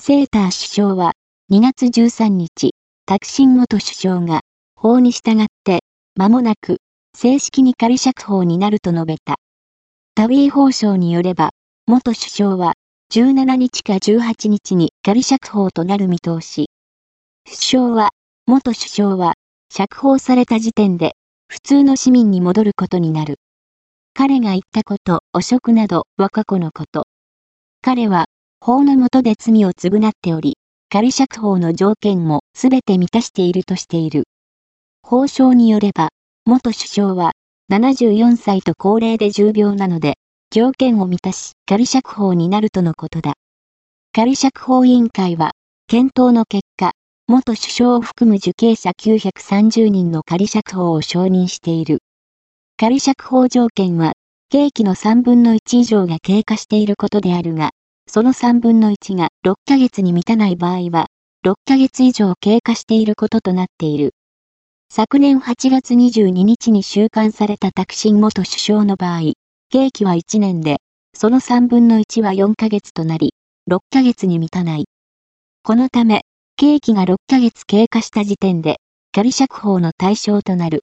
セーター首相は2月13日、タクシン元首相が法に従って間もなく正式に仮釈放になると述べた。タウィー法省によれば、元首相は17日か18日に仮釈放となる見通し。元首相は釈放された時点で普通の市民に戻ることになる。彼が言ったこと、汚職などは過去のこと。彼は法の下で罪を償っており、仮釈放の条件もすべて満たしているとしている。法省によれば、元首相は74歳と高齢で重病なので、条件を満たし仮釈放になるとのことだ。仮釈放委員会は、検討の結果、元首相を含む受刑者930人の仮釈放を承認している。仮釈放条件は、刑期の3分の1以上が経過していることであるが、その3分の1が6ヶ月に満たない場合は、6ヶ月以上経過していることとなっている。昨年8月22日に収監されたタクシン元首相の場合、刑期は1年で、その3分の1は4ヶ月となり、6ヶ月に満たない。このため、刑期が6ヶ月経過した時点で、仮釈放の対象となる。